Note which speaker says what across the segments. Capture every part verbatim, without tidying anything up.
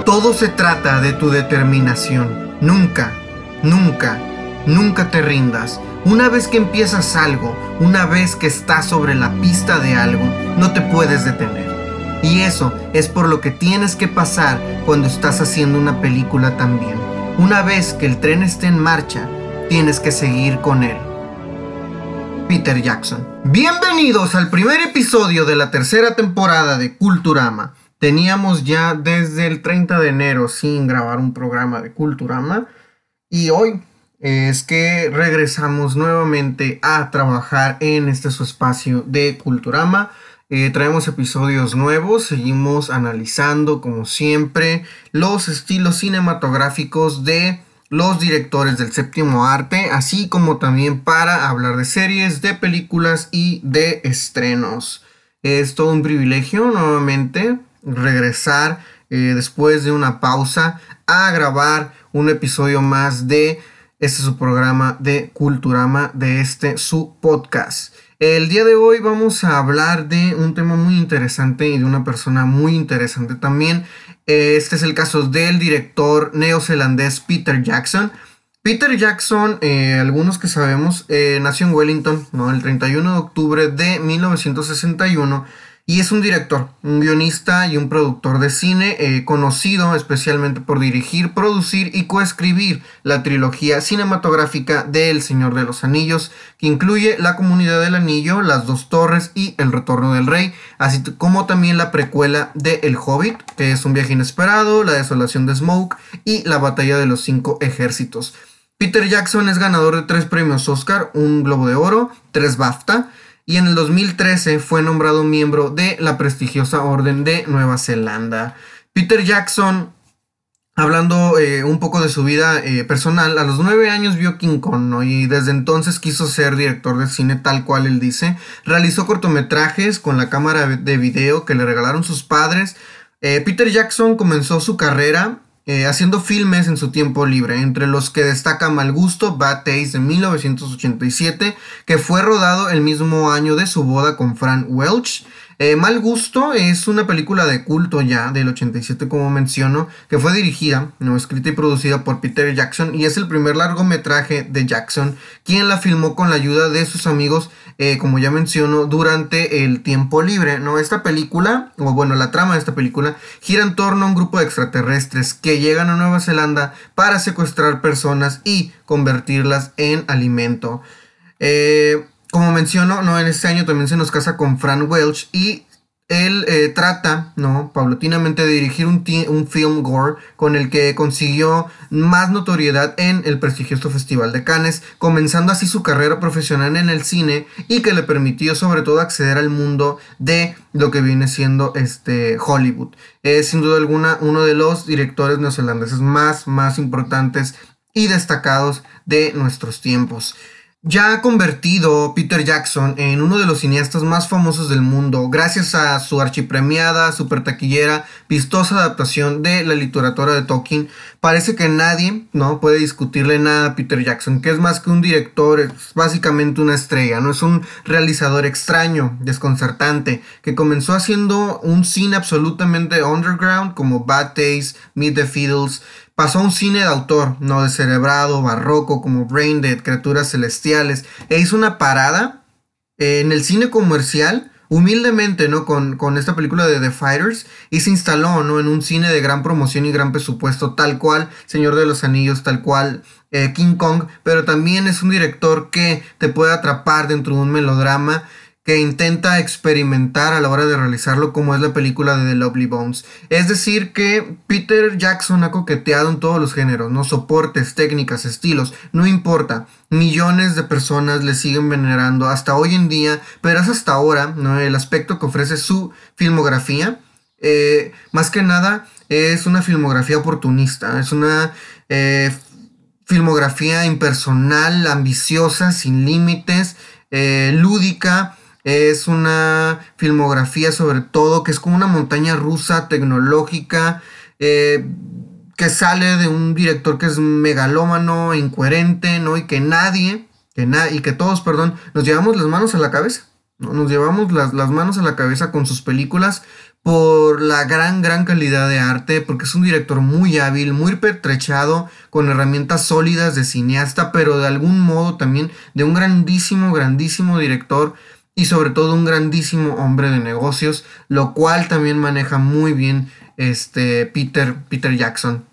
Speaker 1: Todo se trata de tu determinación. Nunca, nunca, nunca te rindas. Una vez que empiezas algo, una vez que estás sobre la pista de algo, no te puedes detener. Y eso es por lo que tienes que pasar cuando estás haciendo una película también. Una vez que el tren esté en marcha, tienes que seguir con él. Peter Jackson. Bienvenidos al primer episodio de la tercera temporada de Culturama. Teníamos ya desde el treinta de enero sin grabar un programa de Culturama. Y hoy es que regresamos nuevamente a trabajar en este su espacio de Culturama. Eh, traemos episodios nuevos, seguimos analizando como siempre los estilos cinematográficos de los directores del séptimo arte, así como también para hablar de series, de películas y de estrenos. Es todo un privilegio nuevamente regresar eh, después de una pausa a grabar un episodio más de este su programa de Culturama, de este su podcast. El día de hoy vamos a hablar de un tema muy interesante y de una persona muy interesante también. Este es el caso del director neozelandés Peter Jackson. Peter Jackson, eh, algunos que sabemos, eh, nació en Wellington, ¿no? El treinta y uno de octubre de mil novecientos sesenta y uno. Y es un director, un guionista y un productor de cine eh, conocido especialmente por dirigir, producir y coescribir la trilogía cinematográfica de El Señor de los Anillos, que incluye La Comunidad del Anillo, Las Dos Torres y El Retorno del Rey, así como también la precuela de El Hobbit, que es Un Viaje Inesperado, La Desolación de Smaug y La Batalla de los Cinco Ejércitos. Peter Jackson es ganador de tres premios Oscar, un Globo de Oro, tres BAFTA, y en el dos mil trece fue nombrado miembro de la prestigiosa Orden de Nueva Zelanda. Peter Jackson, hablando eh, un poco de su vida eh, personal, a los nueve años vio King Kong, ¿no? Y desde entonces quiso ser director de cine tal cual él dice. Realizó cortometrajes con la cámara de video que le regalaron sus padres. Eh, Peter Jackson comenzó su carrera Eh, haciendo filmes en su tiempo libre, entre los que destaca Mal Gusto, Bad Taste de mil novecientos ochenta y siete, que fue rodado el mismo año de su boda con Fran Welch. Eh, Mal Gusto es una película de culto ya del ochenta y siete, como menciono, que fue dirigida, no escrita y producida por Peter Jackson, y es el primer largometraje de Jackson, quien la filmó con la ayuda de sus amigos, eh, como ya menciono, durante el tiempo libre, ¿no? Esta película, o bueno, la trama de esta película gira en torno a un grupo de extraterrestres que llegan a Nueva Zelanda para secuestrar personas y convertirlas en alimento. Eh... Como menciono, ¿no? En este año también se nos casa con Fran Welch y él eh, trata, ¿no? paulatinamente de dirigir un, un film gore con el que consiguió más notoriedad en el prestigioso Festival de Cannes, comenzando así su carrera profesional en el cine y que le permitió sobre todo acceder al mundo de lo que viene siendo este Hollywood. Es sin duda alguna uno de los directores neozelandeses más, más importantes y destacados de nuestros tiempos. Ya ha convertido Peter Jackson en uno de los cineastas más famosos del mundo gracias a su archipremiada, super taquillera, vistosa adaptación de la literatura de Tolkien. Parece que nadie, ¿no? puede discutirle nada a Peter Jackson, que es más que un director, es básicamente una estrella, no es un realizador extraño, desconcertante, que comenzó haciendo un cine absolutamente underground como Bad Taste, Meet the Feebles. Pasó a un cine de autor, no descerebrado, barroco, como Brain Dead, Criaturas Celestiales, e hizo una parada eh, en el cine comercial, humildemente, ¿no? Con, con esta película de The Fighters, y se instaló, ¿no? en un cine de gran promoción y gran presupuesto, tal cual Señor de los Anillos, tal cual eh, King Kong, pero también es un director que te puede atrapar dentro de un melodrama que intenta experimentar a la hora de realizarlo, como es la película de The Lovely Bones. Es decir que Peter Jackson ha coqueteado en todos los géneros, ¿no? Soportes, técnicas, estilos, no importa. Millones de personas le siguen venerando hasta hoy en día, pero es hasta ahora, ¿no? El aspecto que ofrece su filmografía. Eh, más que nada es una filmografía oportunista, es una eh, filmografía impersonal, ambiciosa, sin límites, eh, lúdica. Es una filmografía sobre todo que es como una montaña rusa tecnológica, eh, que sale de un director que es megalómano, incoherente, ¿no? Y que nadie, que na- y que todos, perdón, nos llevamos las manos a la cabeza, ¿no? Nos llevamos las, las manos a la cabeza con sus películas por la gran, gran calidad de arte, porque es un director muy hábil, muy pertrechado, con herramientas sólidas de cineasta, pero de algún modo también de un grandísimo, grandísimo director y sobre todo un grandísimo hombre de negocios, lo cual también maneja muy bien este Peter, Peter Jackson.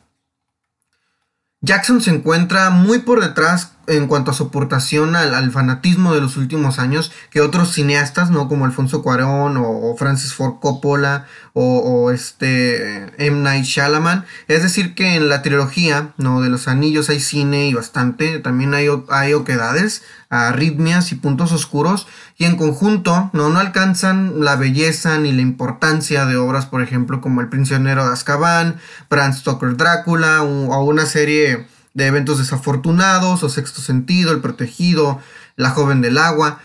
Speaker 1: Jackson se encuentra muy por detrás en cuanto a su aportación al, al fanatismo de los últimos años que otros cineastas, ¿no? Como Alfonso Cuarón o, o Francis Ford Coppola o, o este M. Night Shyamalan. Es decir que en la trilogía, ¿no? De los anillos hay cine y bastante, también hay, hay oquedades, arritmias y puntos oscuros y en conjunto no, no alcanzan la belleza ni la importancia de obras, por ejemplo, como El prisionero de Azkaban, Bram Stoker Drácula o, o una serie de eventos desafortunados o Sexto Sentido, El Protegido, La Joven del Agua.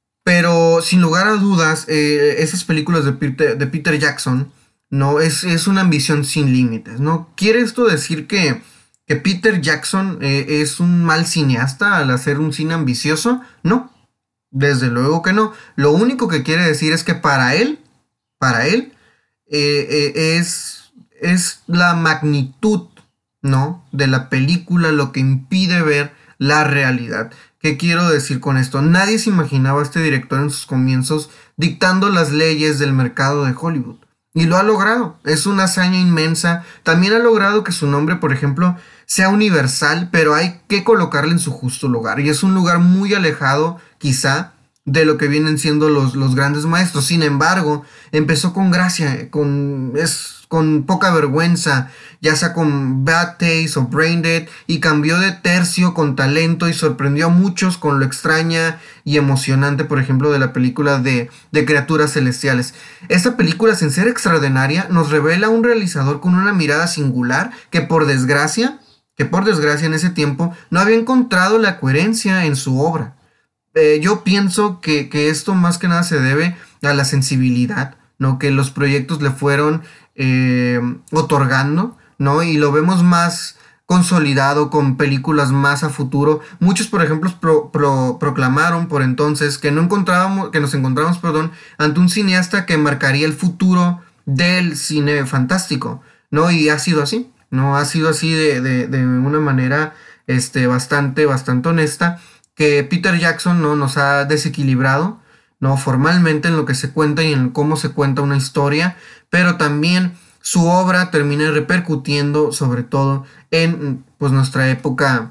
Speaker 1: Pero sin lugar a dudas, eh, esas películas de Peter, de Peter Jackson, ¿no? Es, es una ambición sin límites, ¿no? ¿Quiere esto decir que, que Peter Jackson eh, es un mal cineasta al hacer un cine ambicioso? No, desde luego que no. Lo único que quiere decir es que para él, para él, eh, eh, es, es la magnitud, ¿no? De la película lo que impide ver la realidad. ¿Qué quiero decir con esto? Nadie se imaginaba a este director en sus comienzos dictando las leyes del mercado de Hollywood. Y lo ha logrado. Es una hazaña inmensa. También ha logrado que su nombre, por ejemplo, sea universal, pero hay que colocarle en su justo lugar. Y es un lugar muy alejado, quizá, de lo que vienen siendo los, los grandes maestros. Sin embargo, empezó con gracia, con, es, con poca vergüenza, ya sea con Bad Taste o Braindead, y cambió de tercio con talento y sorprendió a muchos con lo extraña y emocionante, por ejemplo, de la película de, de Criaturas Celestiales. Esta película, sin ser extraordinaria, nos revela un realizador con una mirada singular que por desgracia, que por desgracia en ese tiempo no había encontrado la coherencia en su obra. Eh, yo pienso que, que esto más que nada se debe a la sensibilidad, ¿no? Que los proyectos le fueron eh, otorgando, ¿no? Y lo vemos más consolidado con películas más a futuro. Muchos, por ejemplo, pro, pro, proclamaron por entonces que no encontrábamos, que nos encontramos, perdón, ante un cineasta que marcaría el futuro del cine fantástico, ¿no? Y ha sido así, ¿no? Ha sido así de, de, de una manera este, bastante, bastante honesta, que Peter Jackson, ¿no? Nos ha desequilibrado, ¿no? Formalmente en lo que se cuenta y en cómo se cuenta una historia, pero también su obra termina repercutiendo sobre todo en pues nuestra época,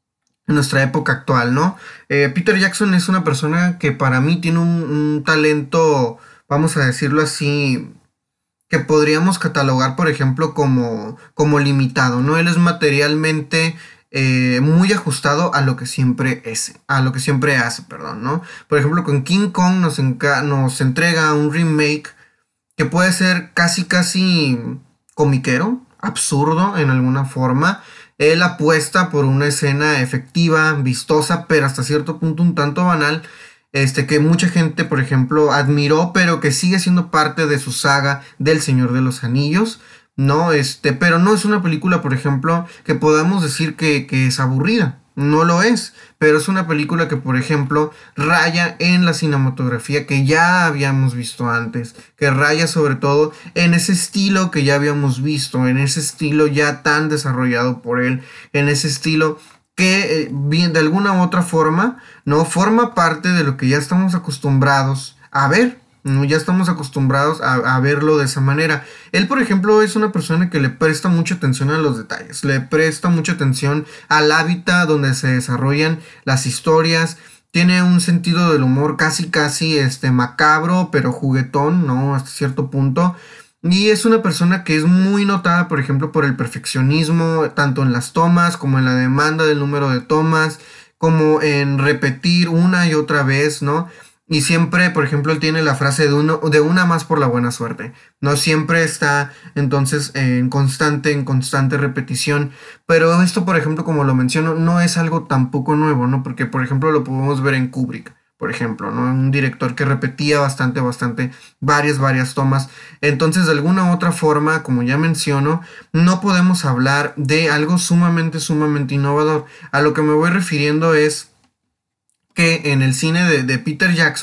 Speaker 1: en nuestra época actual, ¿no? Eh, Peter Jackson es una persona que para mí tiene un, un talento, vamos a decirlo así, que podríamos catalogar, por ejemplo, como, como limitado, ¿no? Él es materialmente eh, muy ajustado a lo que siempre es, a lo que siempre hace, perdón, ¿no? Por ejemplo, con King Kong nos, enca- nos entrega un remake que puede ser casi, casi comiquero, absurdo en alguna forma. Él apuesta por una escena efectiva, vistosa, pero hasta cierto punto un tanto banal, este, que mucha gente, por ejemplo, admiró, pero que sigue siendo parte de su saga del Señor de los Anillos, ¿no? Este, pero no es una película, por ejemplo, que podamos decir que, que es aburrida. No lo es, pero es una película que, por ejemplo, raya en la cinematografía que ya habíamos visto antes, que raya sobre todo en ese estilo que ya habíamos visto, en ese estilo ya tan desarrollado por él, en ese estilo que eh, bien, de alguna u otra forma, no forma parte de lo que ya estamos acostumbrados a ver. ¿No? Ya estamos acostumbrados a, a verlo de esa manera. Él, por ejemplo, es una persona que le presta mucha atención a los detalles, le presta mucha atención al hábitat donde se desarrollan las historias. Tiene un sentido del humor casi, casi este, macabro, pero juguetón, ¿no? Hasta cierto punto. Y es una persona que es muy notada, por ejemplo, por el perfeccionismo, tanto en las tomas como en la demanda del número de tomas, como en repetir una y otra vez, ¿no? Y siempre, por ejemplo, él tiene la frase de, uno, de una más por la buena suerte. No siempre está entonces en constante, en constante repetición. Pero esto, por ejemplo, como lo menciono, no es algo tampoco nuevo, ¿no? Porque, por ejemplo, lo podemos ver en Kubrick, por ejemplo, ¿no? Un director que repetía bastante, bastante, varias, varias tomas. Entonces, de alguna u otra forma, como ya menciono, no podemos hablar de algo sumamente, sumamente innovador. A lo que me voy refiriendo es que en el cine de, de Peter Jackson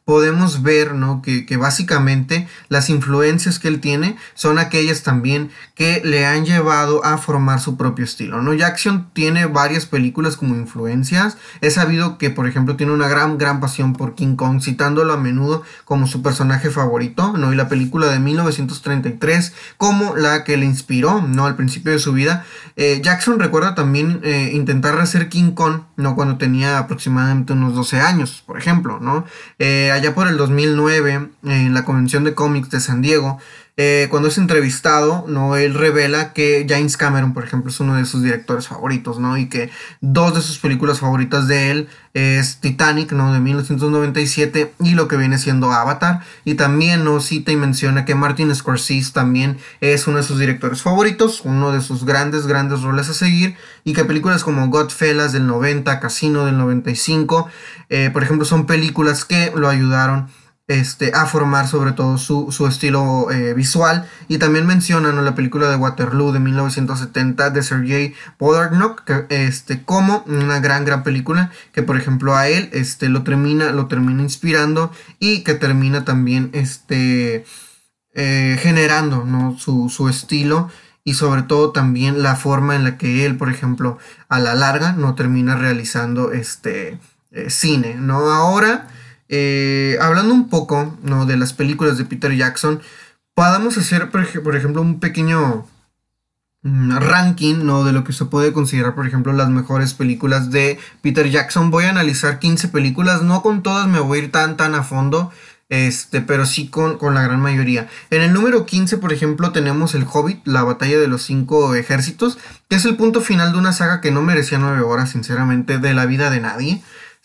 Speaker 1: podemos ver, ¿no? Que, que básicamente las influencias que él tiene son aquellas también que le han llevado a formar su propio estilo, ¿no? Jackson tiene varias películas como influencias. He sabido que, por ejemplo, tiene una gran, gran pasión por King Kong, citándolo a menudo como su personaje favorito, ¿no? Y la película de mil novecientos treinta y tres como la que le inspiró, ¿no? Al principio de su vida. Eh, Jackson recuerda también eh, intentar hacer King Kong, ¿no? Cuando tenía aproximadamente unos doce años, por ejemplo, ¿no? Eh, allá por el dos mil nueve, en la convención de cómics de San Diego, eh, cuando es entrevistado, ¿no? Él revela que James Cameron, por ejemplo, es uno de sus directores favoritos, ¿no? Y que dos de sus películas favoritas de él es Titanic, ¿no? De mil novecientos noventa y siete, y lo que viene siendo Avatar. Y también nos cita y menciona que Martin Scorsese también es uno de sus directores favoritos, uno de sus grandes, grandes roles a seguir, y que películas como Goodfellas del noventa, Casino del noventa y cinco, eh, por ejemplo, son películas que lo ayudaron Este, a formar sobre todo su, su estilo eh, visual. Y también mencionan, ¿no?, la película de Waterloo de mil novecientos setenta de Sergei Bodarnok, que, este, como una gran gran película que, por ejemplo, a él este, lo, termina, lo termina inspirando, y que termina también este, eh, generando, ¿no?, su, su estilo, y sobre todo también la forma en la que él, por ejemplo, a la larga no termina realizando este, eh, cine, ¿no? Ahora, Eh, hablando un poco, ¿no?, de las películas de Peter Jackson, podamos hacer, por, ej por ejemplo, un pequeño mm, ranking, ¿no?, de lo que se puede considerar, por ejemplo, las mejores películas de Peter Jackson. Voy a analizar quince películas, no con todas me voy a ir tan tan a fondo, este, pero sí con, con la gran mayoría. En el número quince, por ejemplo, tenemos El Hobbit, la batalla de los cinco ejércitos, que es el punto final de una saga que no merecía nueve horas, sinceramente, de la vida de nadie.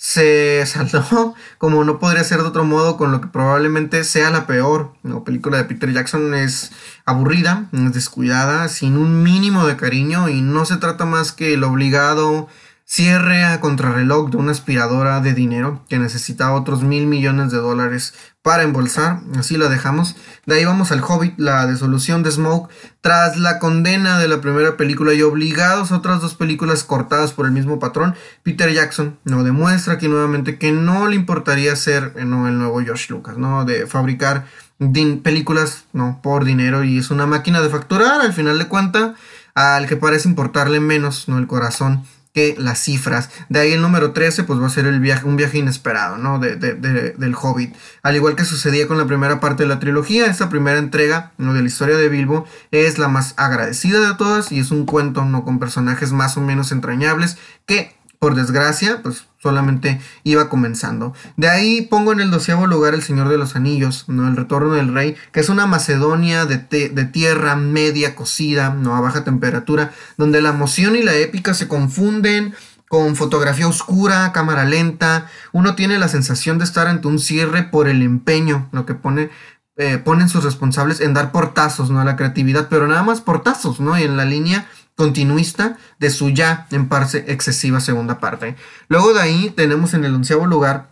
Speaker 1: Se saldó, como no podría ser de otro modo, con lo que probablemente sea la peor, ¿no?, película de Peter Jackson. Es aburrida, es descuidada, sin un mínimo de cariño, y no se trata más que el obligado cierre a contrarreloj de una aspiradora de dinero que necesita otros mil millones de dólares para embolsar. Así la dejamos. De ahí vamos al Hobbit, la disolución de Smaug. Tras la condena de la primera película y obligados a otras dos películas cortadas por el mismo patrón, Peter Jackson nos demuestra aquí nuevamente que no le importaría ser, ¿no?, el nuevo George Lucas, ¿no?, de fabricar películas, ¿no?, por dinero, y es una máquina de facturar al final de cuentas, al que parece importarle menos, ¿no?, el corazón que las cifras. De ahí el número trece, pues va a ser el viaje, un viaje inesperado, ¿no?, de, de, de, del Hobbit. Al igual que sucedía con la primera parte de la trilogía, esta primera entrega, ¿no?, de la historia de Bilbo es la más agradecida de todas, y es un cuento, ¿no?, con personajes más o menos entrañables que, por desgracia, pues solamente iba comenzando. De ahí pongo en el doceavo lugar El Señor de los Anillos, ¿no?, El Retorno del Rey, que es una Macedonia de, de tierra media cocida, ¿no?, a baja temperatura, donde la emoción y la épica se confunden con fotografía oscura, cámara lenta. Uno tiene la sensación de estar ante un cierre por el empeño, lo que pone... Eh, ponen sus responsables en dar portazos, ¿no?, a la creatividad, pero nada más portazos, ¿no?, y en la línea continuista de su ya en parte excesiva segunda parte. Luego de ahí tenemos en el onceavo lugar,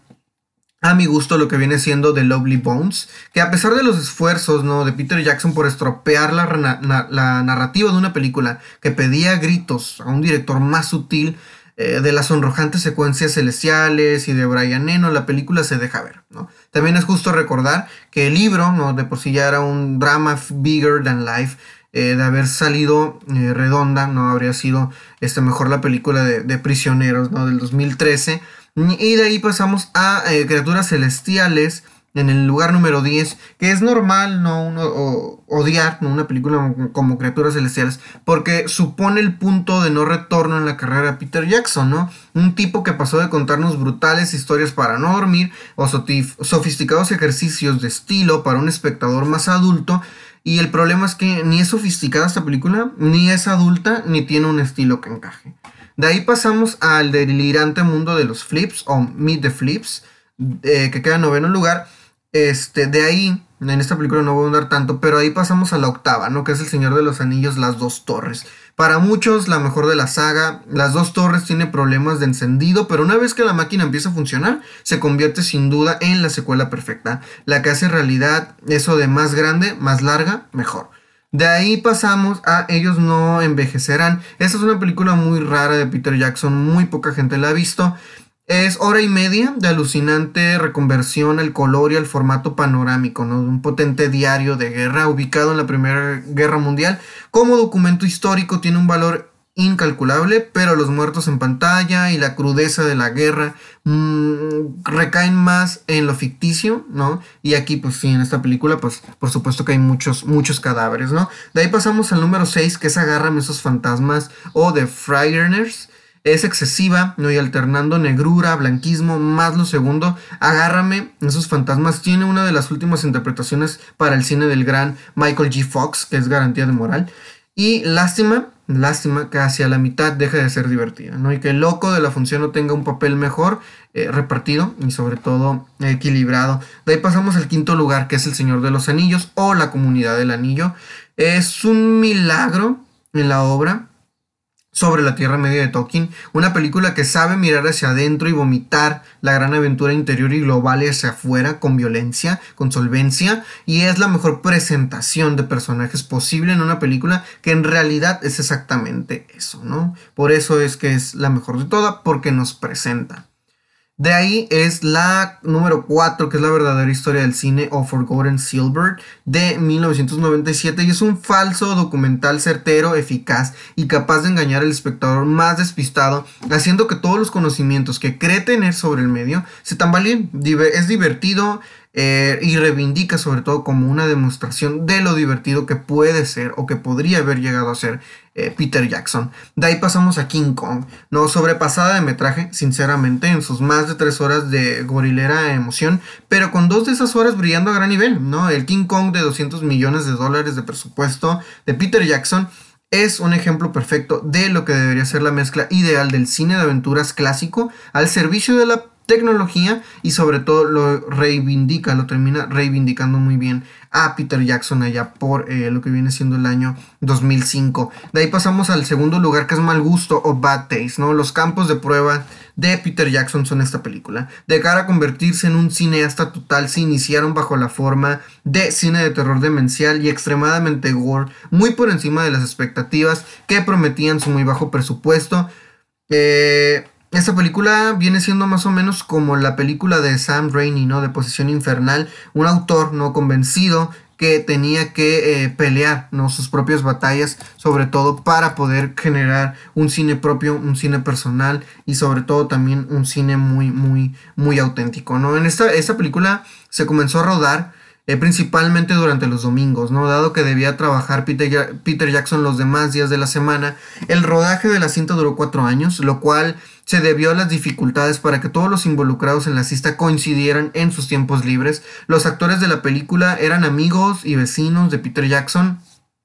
Speaker 1: a mi gusto, lo que viene siendo The Lovely Bones, que a pesar de los esfuerzos, ¿no?, de Peter Jackson por estropear la, na la narrativa de una película que pedía gritos a un director más sutil, eh, de las sonrojantes secuencias celestiales y de Brian Eno, la película se deja ver, ¿no? También es justo recordar que el libro, ¿no?, de por sí ya era un drama bigger than life. Eh, de haber salido eh, redonda, no habría sido este, mejor la película de, de Prisioneros, ¿no?, del dos mil trece. Y de ahí pasamos a eh, Criaturas Celestiales en el lugar número diez, que es normal, ¿no?, uno, o, odiar, ¿no?, una película como Criaturas Celestiales, porque supone el punto de no retorno en la carrera de Peter Jackson, ¿no? Un tipo que pasó de contarnos brutales historias para no dormir o sofisticados ejercicios de estilo para un espectador más adulto. Y el problema es que ni es sofisticada esta película, ni es adulta, ni tiene un estilo que encaje. De ahí pasamos al delirante mundo de los flips, o Meet the Flips, eh, que queda en noveno lugar. Este, de ahí, en esta película no voy a andar tanto, pero ahí pasamos a la octava, ¿no?, que es El Señor de los Anillos, Las Dos Torres. Para muchos, la mejor de la saga. Las Dos Torres tiene problemas de encendido, pero una vez que la máquina empieza a funcionar, se convierte sin duda en la secuela perfecta, la que hace realidad eso de más grande, más larga, mejor. De ahí pasamos a Ellos no envejecerán. Esta es una película muy rara de Peter Jackson, muy poca gente la ha visto. Es hora y media de alucinante reconversión al color y al formato panorámico, ¿no? De un potente diario de guerra ubicado en la Primera Guerra Mundial. Como documento histórico tiene un valor incalculable, pero los muertos en pantalla y la crudeza de la guerra mmm, recaen más en lo ficticio, ¿no? Y aquí, pues sí, en esta película, pues por supuesto que hay muchos, muchos cadáveres, ¿no? De ahí pasamos al número seis, que es Agárrame esos fantasmas o The Frighteners. Es excesiva, ¿no? Y alternando negrura, blanquismo, más lo segundo. Agárrame, esos fantasmas. Tiene una de las últimas interpretaciones para el cine del gran Michael J. Fox, que es garantía de moral. Y lástima, lástima que hacia la mitad deje de ser divertida, ¿no? Y que el loco de la función no tenga un papel mejor eh, repartido y sobre todo eh, equilibrado. De ahí pasamos al quinto lugar, que es El Señor de los Anillos o La Comunidad del Anillo. Es un milagro en la obra sobre la Tierra Media de Tolkien, una película que sabe mirar hacia adentro y vomitar la gran aventura interior y global hacia afuera con violencia, con solvencia, y es la mejor presentación de personajes posible en una película que en realidad es exactamente eso, ¿no? Por eso es que es la mejor de todas, porque nos presenta. De ahí es la número cuatro, que es la verdadera historia del cine, o Forgotten Silver, de mil novecientos noventa y siete, y es un falso documental certero, eficaz y capaz de engañar al espectador más despistado, haciendo que todos los conocimientos que cree tener sobre el medio se tambaleen. Es divertido eh, y reivindica sobre todo como una demostración de lo divertido que puede ser o que podría haber llegado a ser eh, Peter Jackson. De ahí pasamos a King Kong, no sobrepasada de metraje, sinceramente, en sus más de tres horas de gorilera emoción, pero con dos de esas horas brillando a gran nivel, ¿no? El King Kong de doscientos millones de dólares de presupuesto de Peter Jackson es un ejemplo perfecto de lo que debería ser la mezcla ideal del cine de aventuras clásico al servicio de la tecnología, y sobre todo lo reivindica, lo termina reivindicando muy bien a Peter Jackson allá por eh, lo que viene siendo el año dos mil cinco. De ahí pasamos al segundo lugar, que es Mal Gusto o Bad Taste, ¿no? Los campos de prueba de Peter Jackson son esta película. De cara a convertirse en un cineasta total, se iniciaron bajo la forma de cine de terror demencial y extremadamente gore, muy por encima de las expectativas que prometían su muy bajo presupuesto. Eh... Esta película viene siendo más o menos como la película de Sam Raimi, ¿no? De Posesión Infernal, un autor no convencido que tenía que eh, pelear, ¿no? Sus propias batallas, sobre todo para poder generar un cine propio, un cine personal y sobre todo también un cine muy, muy, muy auténtico, ¿no? En esta, esta película se comenzó a rodar Eh, principalmente durante los domingos, ¿no? Dado que debía trabajar Peter, Peter Jackson los demás días de la semana, el rodaje de la cinta duró cuatro años, lo cual se debió a las dificultades para que todos los involucrados en la cinta coincidieran en sus tiempos libres. Los actores de la película eran amigos y vecinos de Peter Jackson.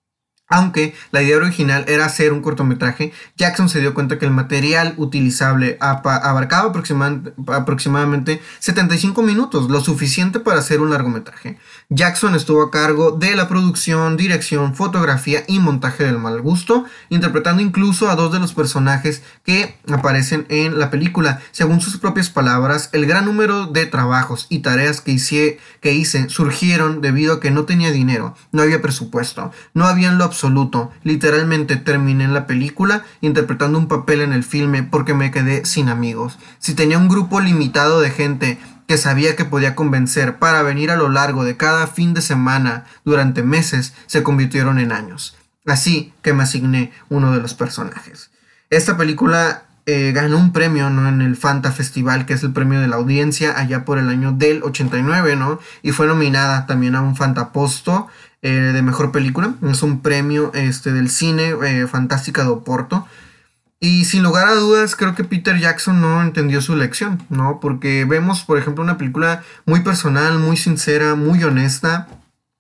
Speaker 1: Aunque la idea original era hacer un cortometraje, Jackson se dio cuenta que el material utilizable abarcaba aproximadamente setenta y cinco minutos, lo suficiente para hacer un largometraje. Jackson estuvo a cargo de la producción, dirección, fotografía y montaje del Mal Gusto, interpretando incluso a dos de los personajes que aparecen en la película. Según sus propias palabras, el gran número de trabajos y tareas que hice, que hice surgieron debido a que no tenía dinero, no había presupuesto, no había en lo absoluto. Literalmente terminé en la película interpretando un papel en el filme porque me quedé sin amigos. Si tenía un grupo limitado de gente que sabía que podía convencer para venir a lo largo de cada fin de semana durante meses, se convirtieron en años. Así que me asigné uno de los personajes. Esta película eh, ganó un premio, ¿no? En el Fanta Festival, que es el premio de la audiencia allá por el año del ochenta y nueve, ¿no? Y fue nominada también a un Fantaposto eh, de mejor película. Es un premio este, del cine eh, Fantástica de Oporto. Y sin lugar a dudas, creo que Peter Jackson no entendió su lección, ¿no? Porque vemos, por ejemplo, una película muy personal, muy sincera, muy honesta,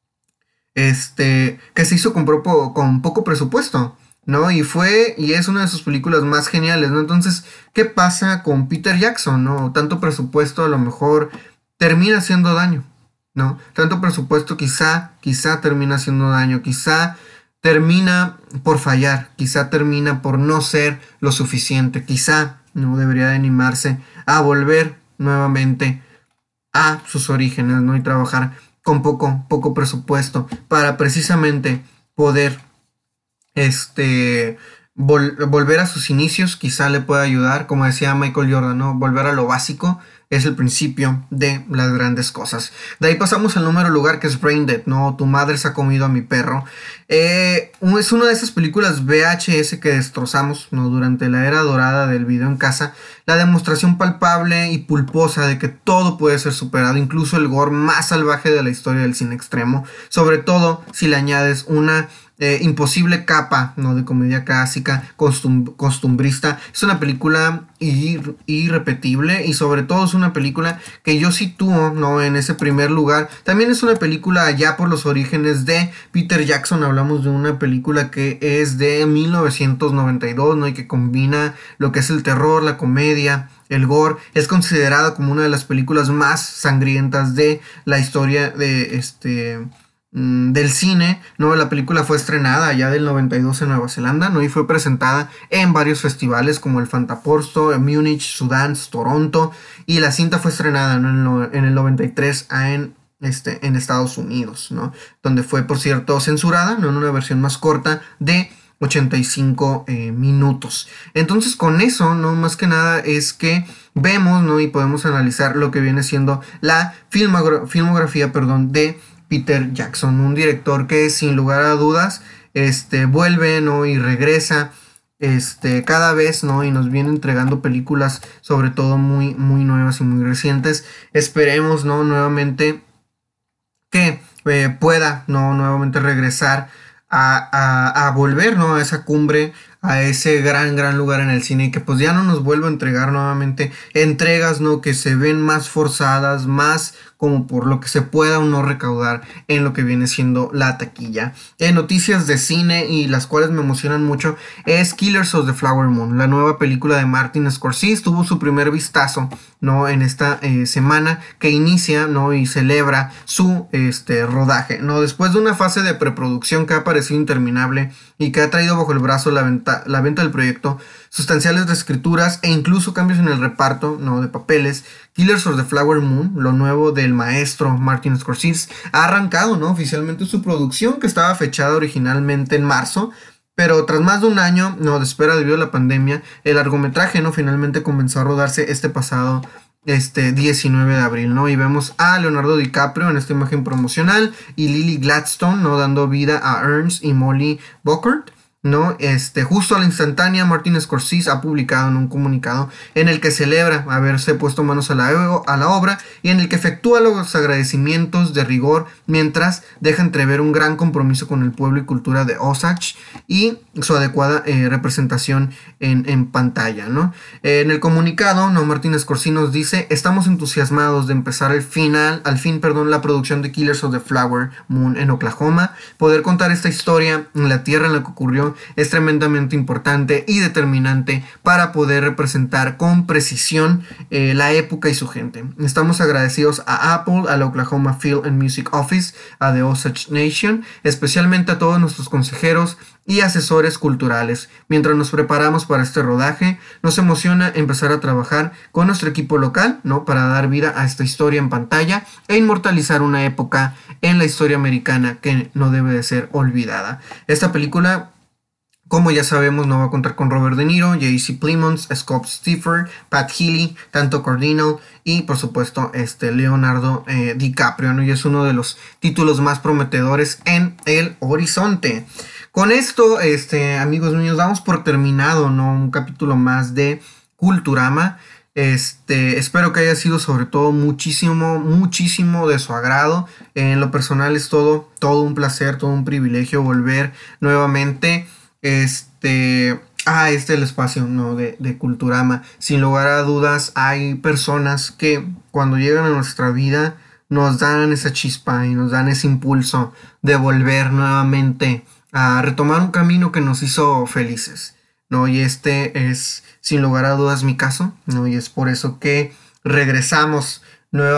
Speaker 1: este, que se hizo con, poco, con poco presupuesto, ¿no? Y fue, y es una de sus películas más geniales, ¿no? Entonces, ¿qué pasa con Peter Jackson, no? Tanto presupuesto a lo mejor termina haciendo daño, ¿no? Tanto presupuesto quizá, quizá termina haciendo daño, quizá termina por fallar, quizá termina por no ser lo suficiente, quizá no debería de animarse a volver nuevamente a sus orígenes, ¿no? Y trabajar con poco, poco presupuesto para precisamente poder este, vol- volver a sus inicios quizá le pueda ayudar, como decía Michael Jordan, ¿no? Volver a lo básico es el principio de las grandes cosas. De ahí pasamos al número lugar, que es Brain Dead, ¿no? Tu madre se ha comido a mi perro. Eh, es una de esas películas V H S que destrozamos, ¿no? Durante la era dorada del video en casa. La demostración palpable y pulposa de que todo puede ser superado, incluso el gore más salvaje de la historia del cine extremo. Sobre todo si le añades una Eh, imposible capa, ¿no? De comedia clásica, costum costumbrista. Es una película ir irrepetible y sobre todo es una película que yo sitúo, ¿no? En ese primer lugar. También es una película ya por los orígenes de Peter Jackson. Hablamos de una película que es de mil novecientos noventa y dos, ¿no? Y que combina lo que es el terror, la comedia, el gore. Es considerada como una de las películas más sangrientas de la historia de este del cine, ¿no? La película fue estrenada ya del noventa y dos en Nueva Zelanda, ¿no? Y fue presentada en varios festivales como el Fantaporto, en Múnich, Sundance, Toronto, y la cinta fue estrenada, ¿no? en, en el noventa y tres en, este, en Estados Unidos, ¿no? Donde fue, por cierto, censurada, ¿no? En una versión más corta de ochenta y cinco eh, minutos. Entonces, con eso, ¿no? Más que nada es que vemos, ¿no? Y podemos analizar lo que viene siendo la filmogra filmografía, perdón, de Peter Jackson, un director que sin lugar a dudas este, vuelve, ¿no? Y regresa este, cada vez, ¿no? Y nos viene entregando películas sobre todo muy, muy nuevas y muy recientes. Esperemos, ¿no? Nuevamente que eh, pueda, ¿no? Nuevamente regresar a, a, a volver, ¿no? A esa cumbre, a ese gran, gran lugar en el cine y que pues ya no nos vuelva a entregar nuevamente entregas, ¿no? Que se ven más forzadas, más como por lo que se pueda o no recaudar en lo que viene siendo la taquilla. En noticias de cine y las cuales me emocionan mucho es Killers of the Flower Moon, la nueva película de Martin Scorsese. Tuvo su primer vistazo, ¿no? En esta eh, semana que inicia, ¿no? Y celebra su este, rodaje, ¿no? Después de una fase de preproducción que ha parecido interminable y que ha traído bajo el brazo la venta, la venta del proyecto, sustanciales reescrituras e incluso cambios en el reparto, ¿no? De papeles, Killers of the Flower Moon, lo nuevo del maestro Martin Scorsese, ha arrancado, ¿no? Oficialmente su producción, que estaba fechada originalmente en marzo, pero tras más de un año, ¿no? De espera debido a la pandemia, el largometraje, ¿no? Finalmente comenzó a rodarse este pasado este diecinueve de abril, ¿no? Y vemos a Leonardo DiCaprio en esta imagen promocional y Lily Gladstone, ¿no? Dando vida a Ernst y Molly Bockhart, ¿no? Este, justo a la instantánea, Martin Scorsese ha publicado en un comunicado en el que celebra haberse puesto manos a la, a la obra y en el que efectúa los agradecimientos de rigor mientras deja entrever un gran compromiso con el pueblo y cultura de Osage y su adecuada eh, representación en, en pantalla, ¿no? Eh, en el comunicado, ¿no? Martin Scorsese nos dice: estamos entusiasmados de empezar el final, al fin, perdón, la producción de Killers of the Flower Moon en Oklahoma. Poder contar esta historia en la tierra en la que ocurrió es tremendamente importante y determinante para poder representar con precisión eh, la época y su gente. Estamos agradecidos a Apple, a la Oklahoma Film and Music Office, a The Osage Nation, especialmente a todos nuestros consejeros y asesores culturales. Mientras nos preparamos para este rodaje, nos emociona empezar a trabajar con nuestro equipo local, ¿no? Para dar vida a esta historia en pantalla e inmortalizar una época en la historia americana que no debe de ser olvidada. Esta película, como ya sabemos, no va a contar con Robert De Niro, J C Plemons, Scott Stiffer, Pat Healy, Tanto Cardinal y por supuesto este Leonardo eh, DiCaprio, ¿no? Y es uno de los títulos más prometedores en el horizonte. Con esto, este, amigos míos, damos por terminado, ¿no? Un capítulo más de Culturama. Este, espero que haya sido sobre todo muchísimo, muchísimo de su agrado. En lo personal es todo, todo un placer, todo un privilegio volver nuevamente este, a este el espacio, ¿no? de, de Culturama. Sin lugar a dudas, hay personas que cuando llegan a nuestra vida nos dan esa chispa y nos dan ese impulso de volver nuevamente a retomar un camino que nos hizo felices, ¿no? Y este es sin lugar a dudas mi caso, ¿no? Y es por eso que regresamos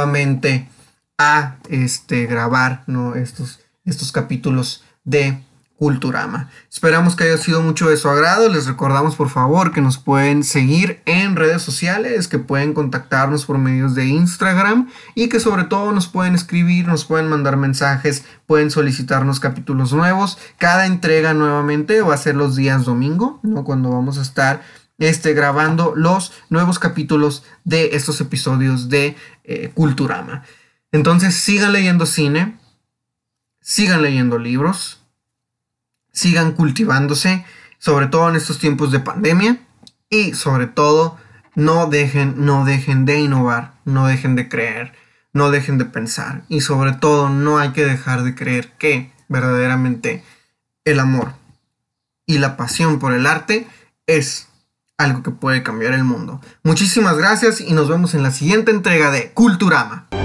Speaker 1: nuevamente a este, grabar, ¿no? estos, estos capítulos de Culturama. Esperamos que haya sido mucho de su agrado. Les recordamos por favor que nos pueden seguir en redes sociales, que pueden contactarnos por medios de Instagram y que sobre todo nos pueden escribir, nos pueden mandar mensajes, pueden solicitarnos capítulos nuevos. Cada entrega nuevamente va a ser los días domingo, ¿no? Cuando vamos a estar este, grabando los nuevos capítulos de estos episodios de eh, Culturama. Entonces sigan leyendo cine, sigan leyendo libros, sigan cultivándose, sobre todo en estos tiempos de pandemia, y sobre todo no dejen, no dejen de innovar, no dejen de creer, no dejen de pensar, y sobre todo no hay que dejar de creer que verdaderamente el amor y la pasión por el arte es algo que puede cambiar el mundo. Muchísimas gracias y nos vemos en la siguiente entrega de Culturama.